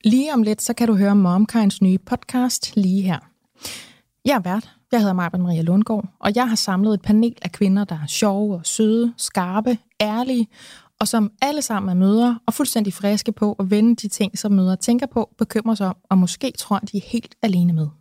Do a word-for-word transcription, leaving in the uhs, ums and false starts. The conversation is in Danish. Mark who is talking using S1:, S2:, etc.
S1: Lige om lidt, så kan du høre MomKinds nye podcast lige her. Jeg er vært. Jeg hedder Maj-Britt Maria Lundgaard, og jeg har samlet et panel af kvinder, der er sjove og søde, skarpe, ærlige, og som alle sammen er mødre og fuldstændig friske på at vende de ting, som mødre tænker på, bekymrer sig om, og måske tror, de er helt alene med.